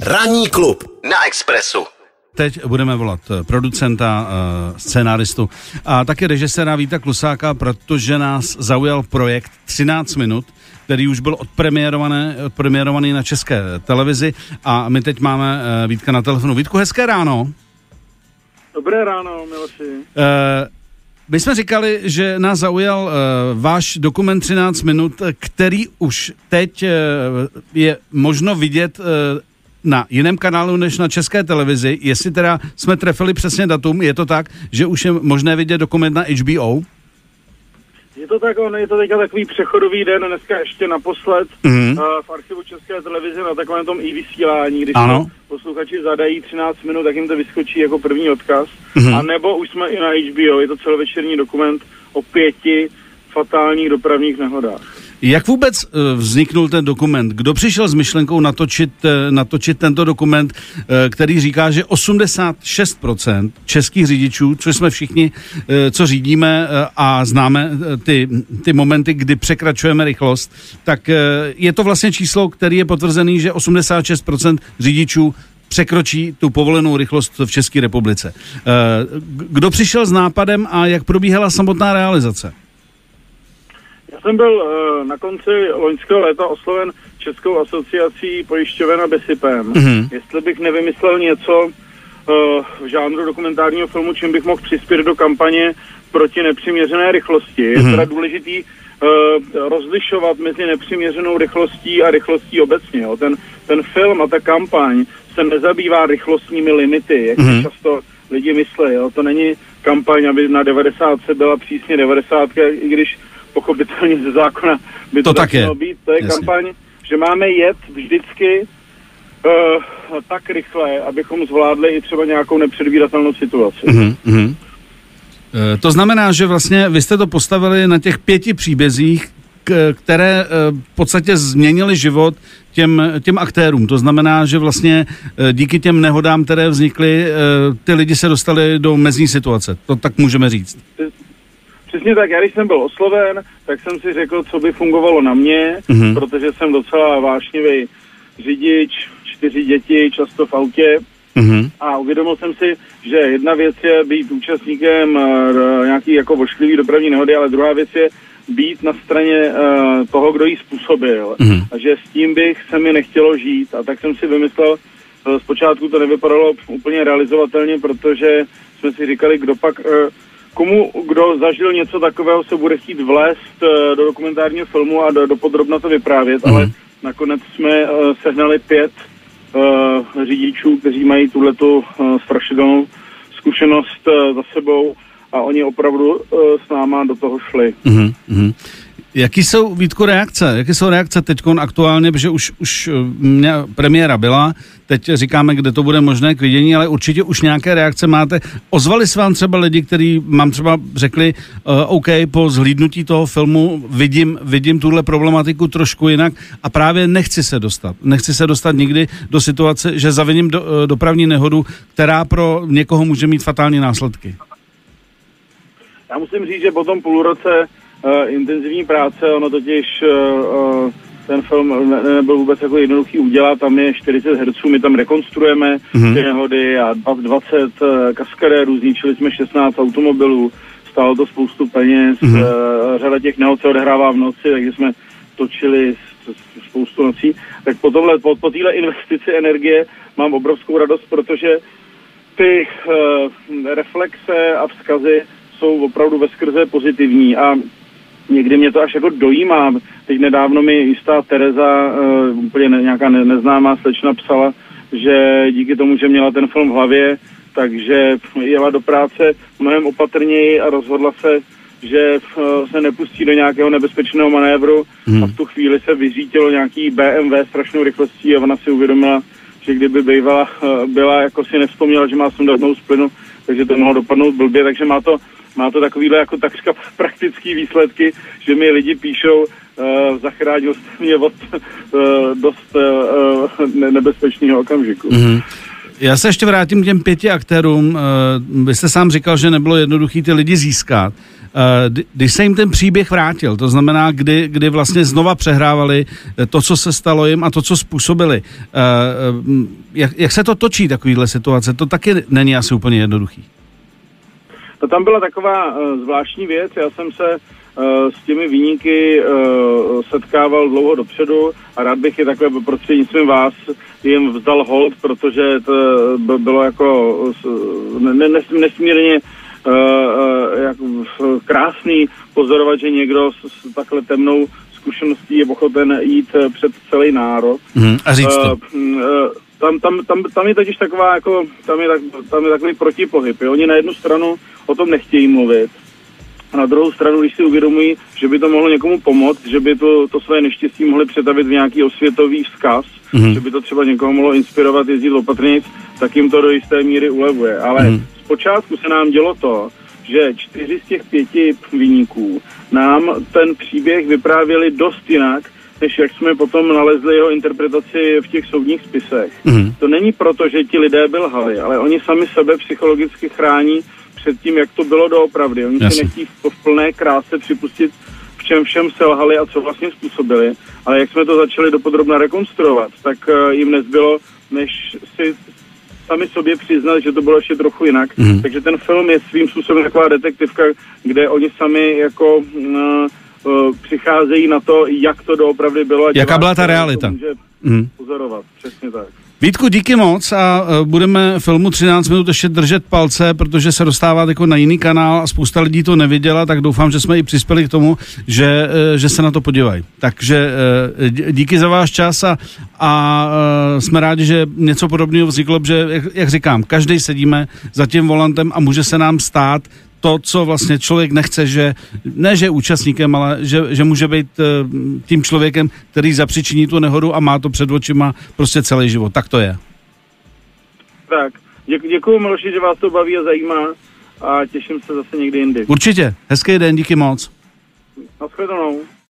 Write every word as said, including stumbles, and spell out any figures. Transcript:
Ranní klub na Expressu. Teď budeme volat producenta, scénáristu a také režiséra Víta Klusáka, protože nás zaujal projekt třináct minut, který už byl odpremiérovaný, odpremiérovaný na České televizi a my teď máme Vítka na telefonu. Vítku, hezké ráno. Dobré ráno, Miloši. Uh, my jsme říkali, že nás zaujal uh, váš dokument třináct minut, který už teď uh, je možno vidět uh, na jiném kanálu než na České televizi. Jestli teda jsme trefili přesně datum, je to tak, že už je možné vidět dokument na H B O? Je to tak, on je to teďka takový přechodový den, dneska ještě naposled mm-hmm. uh, v archivu České televize na takovém tom i vysílání, když to posluchači zadají třináct minut, tak jim to vyskočí jako první odkaz. Mm-hmm. A nebo už jsme i na H B O, je to celovečerní dokument o pěti fatálních dopravních nehodách. Jak vůbec vzniknul ten dokument? Kdo přišel s myšlenkou natočit, natočit tento dokument, který říká, že osmdesát šest procent českých řidičů, což jsme všichni, co řídíme a známe ty, ty momenty, kdy překračujeme rychlost, tak je to vlastně číslo, který je potvrzený, že osmdesát šest procent řidičů překročí tu povolenou rychlost v České republice. Kdo přišel s nápadem a jak probíhala samotná realizace? Já jsem byl uh, na konci loňského léta osloven Českou asociací pojišťoven a BESIPem. Mm-hmm. Jestli bych nevymyslel něco uh, v žánru dokumentárního filmu, čím bych mohl přispět do kampaně proti nepřiměřené rychlosti. Mm-hmm. Je teda důležitý uh, rozlišovat mezi nepřiměřenou rychlostí a rychlostí obecně. Jo. Ten, ten film a ta kampaň se nezabývá rychlostními limity, jak mm-hmm. často lidi myslí. Jo. To není kampaň, aby na devadesát byla přísně devadesát, i když pochopitelně ze zákona by to, to tak mělo být. To je Jasně. kampaň, že máme jet vždycky uh, tak rychle, abychom zvládli i třeba nějakou nepředvídatelnou situaci. Mm-hmm. Uh, to znamená, že vlastně vy jste to postavili na těch pěti příbězích, k- které uh, v podstatě změnily život těm, těm aktérům. To znamená, že vlastně uh, díky těm nehodám, které vznikly, uh, ty lidi se dostali do mezní situace. To tak můžeme říct. Přesně tak, já když jsem byl osloven, tak jsem si řekl, co by fungovalo na mě, mm-hmm. protože jsem docela vášnivý řidič, čtyři děti, často v autě mm-hmm. a uvědomil jsem si, že jedna věc je být účastníkem uh, nějaký jako vošklivý dopravní nehody, ale druhá věc je být na straně uh, toho, kdo ji způsobil mm-hmm. a že s tím bych se mi nechtělo žít a tak jsem si vymyslel, uh, zpočátku to nevypadalo úplně realizovatelně, protože jsme si říkali, kdo pak... Uh, Komu, kdo zažil něco takového, se bude chtít vlézt uh, do dokumentárního filmu a do, do podrobna to vyprávět, mm. ale nakonec jsme uh, sehnali pět uh, řidičů, kteří mají tuhletu uh, strašidelnou zkušenost uh, za sebou a oni opravdu uh, s náma do toho šli. Mm. Mm. Jaký jsou, Vítku, reakce? Jaké jsou reakce teď aktuálně, protože už, už mě premiéra byla, teď říkáme, kde to bude možné k vidění, ale určitě už nějaké reakce máte. Ozvali se vám třeba lidi, kteří vám třeba řekli, uh, OK, po zhlídnutí toho filmu vidím, vidím tuhle problematiku trošku jinak a právě nechci se dostat. Nechci se dostat nikdy do situace, že zaviním do, uh, dopravní nehodu, která pro někoho může mít fatální následky. Já musím říct, že po tom půl roce Uh, intenzivní práce, ono totiž uh, uh, ten film ne, nebyl vůbec jako jednoduchý udělat, tam je čtyřicet herců, my tam rekonstruujeme mm-hmm. ty nehody a dvacet uh, kaskadérů, zničili jsme šestnáct automobilů, stálo to spoustu peněz, mm-hmm. uh, řada těch nehod se odehrává v noci, takže jsme točili spoustu nocí, tak po tomhle, po, po téhle investici energie mám obrovskou radost, protože ty uh, reflexe a vzkazy jsou opravdu veskrze pozitivní a někdy mě to až jako dojímá. Teď nedávno mi jistá Tereza, uh, úplně ne, nějaká ne, neznámá slečna, psala, že díky tomu, že měla ten film v hlavě, takže jela do práce mnohem opatrněji a rozhodla se, že uh, se nepustí do nějakého nebezpečného manévru hmm. a v tu chvíli se vyřítilo nějaký B M W strašnou rychlostí a ona si uvědomila, že kdyby bývala, uh, byla, jako si nevzpomněla, že má sundatnou splinu, takže to mohlo dopadnout blbě, takže má to Má to takovýhle jako takřka praktický výsledky, že mi lidi píšou, uh, zachránil jste mě od uh, dost uh, nebezpečného okamžiku. Mm-hmm. Já se ještě vrátím k těm pěti aktérům. Uh, vy jste sám říkal, že nebylo jednoduché ty lidi získat. Uh, když se jim ten příběh vrátil, to znamená, kdy, kdy vlastně znova přehrávali to, co se stalo jim a to, co způsobili. Uh, jak, jak se to točí, takovýhle situace? To taky není asi úplně jednoduchý. No tam byla taková uh, zvláštní věc, já jsem se uh, s těmi viníky uh, setkával dlouho dopředu a rád bych je takhle prostřednictvím vás jim vzdal hold, protože to bylo jako uh, nesmírně uh, uh, jak, uh, krásný pozorovat, že někdo s, s takhle temnou zkušeností je ochoten jít uh, před celý národ. Mm, a říct to. Uh, uh, Tam, tam, tam, tam je totiž taková, jako, tam je, tak, tam je takový protipohyb. Jo? Oni na jednu stranu o tom nechtějí mluvit a na druhou stranu, když si uvědomují, že by to mohlo někomu pomoct, že by to, to své neštěstí mohli přetavit v nějaký osvětový vzkaz, mm-hmm. že by to třeba někoho mohlo inspirovat jezdit opatrnějc, tak jim to do jisté míry ulevuje. Ale mm-hmm. zpočátku se nám dělo to, že čtyři z těch pěti viníků nám ten příběh vyprávěli dost jinak, než jak jsme potom nalezli jeho interpretaci v těch soudních spisech. Mm. To není proto, že ti lidé by lhali, ale oni sami sebe psychologicky chrání před tím, jak to bylo doopravdy. Oni Jasně. si nechtějí v, v plné kráse připustit, v čem všem selhali a co vlastně způsobili. Ale jak jsme to začali dopodrobna rekonstruovat, tak uh, jim nezbylo, než si sami sobě přiznat, že to bylo ještě trochu jinak. Mm. Takže ten film je svým způsobem taková detektivka, kde oni sami jako... Uh, přicházejí na to, jak to doopravdy bylo. Jaká byla ta realita. Může mm. pozorovat, přesně tak. Vítku, díky moc a budeme filmu třináct minut ještě držet palce, protože se dostává jako na jiný kanál a spousta lidí to neviděla, tak doufám, že jsme i přispěli k tomu, že, že se na to podívají. Takže díky za váš čas a, a jsme rádi, že něco podobného vzniklo, že jak, jak říkám, každý sedíme za tím volantem a může se nám stát to, co vlastně člověk nechce, že ne, že je účastníkem, ale že, že může být uh, tím člověkem, který zapřičiní tu nehodu a má to před očima prostě celý život. Tak to je. Tak, Děk, děkuju Miloši, že vás to baví a zajímá a těším se zase někdy jindy. Určitě. Hezký den, díky moc. Naschledanou.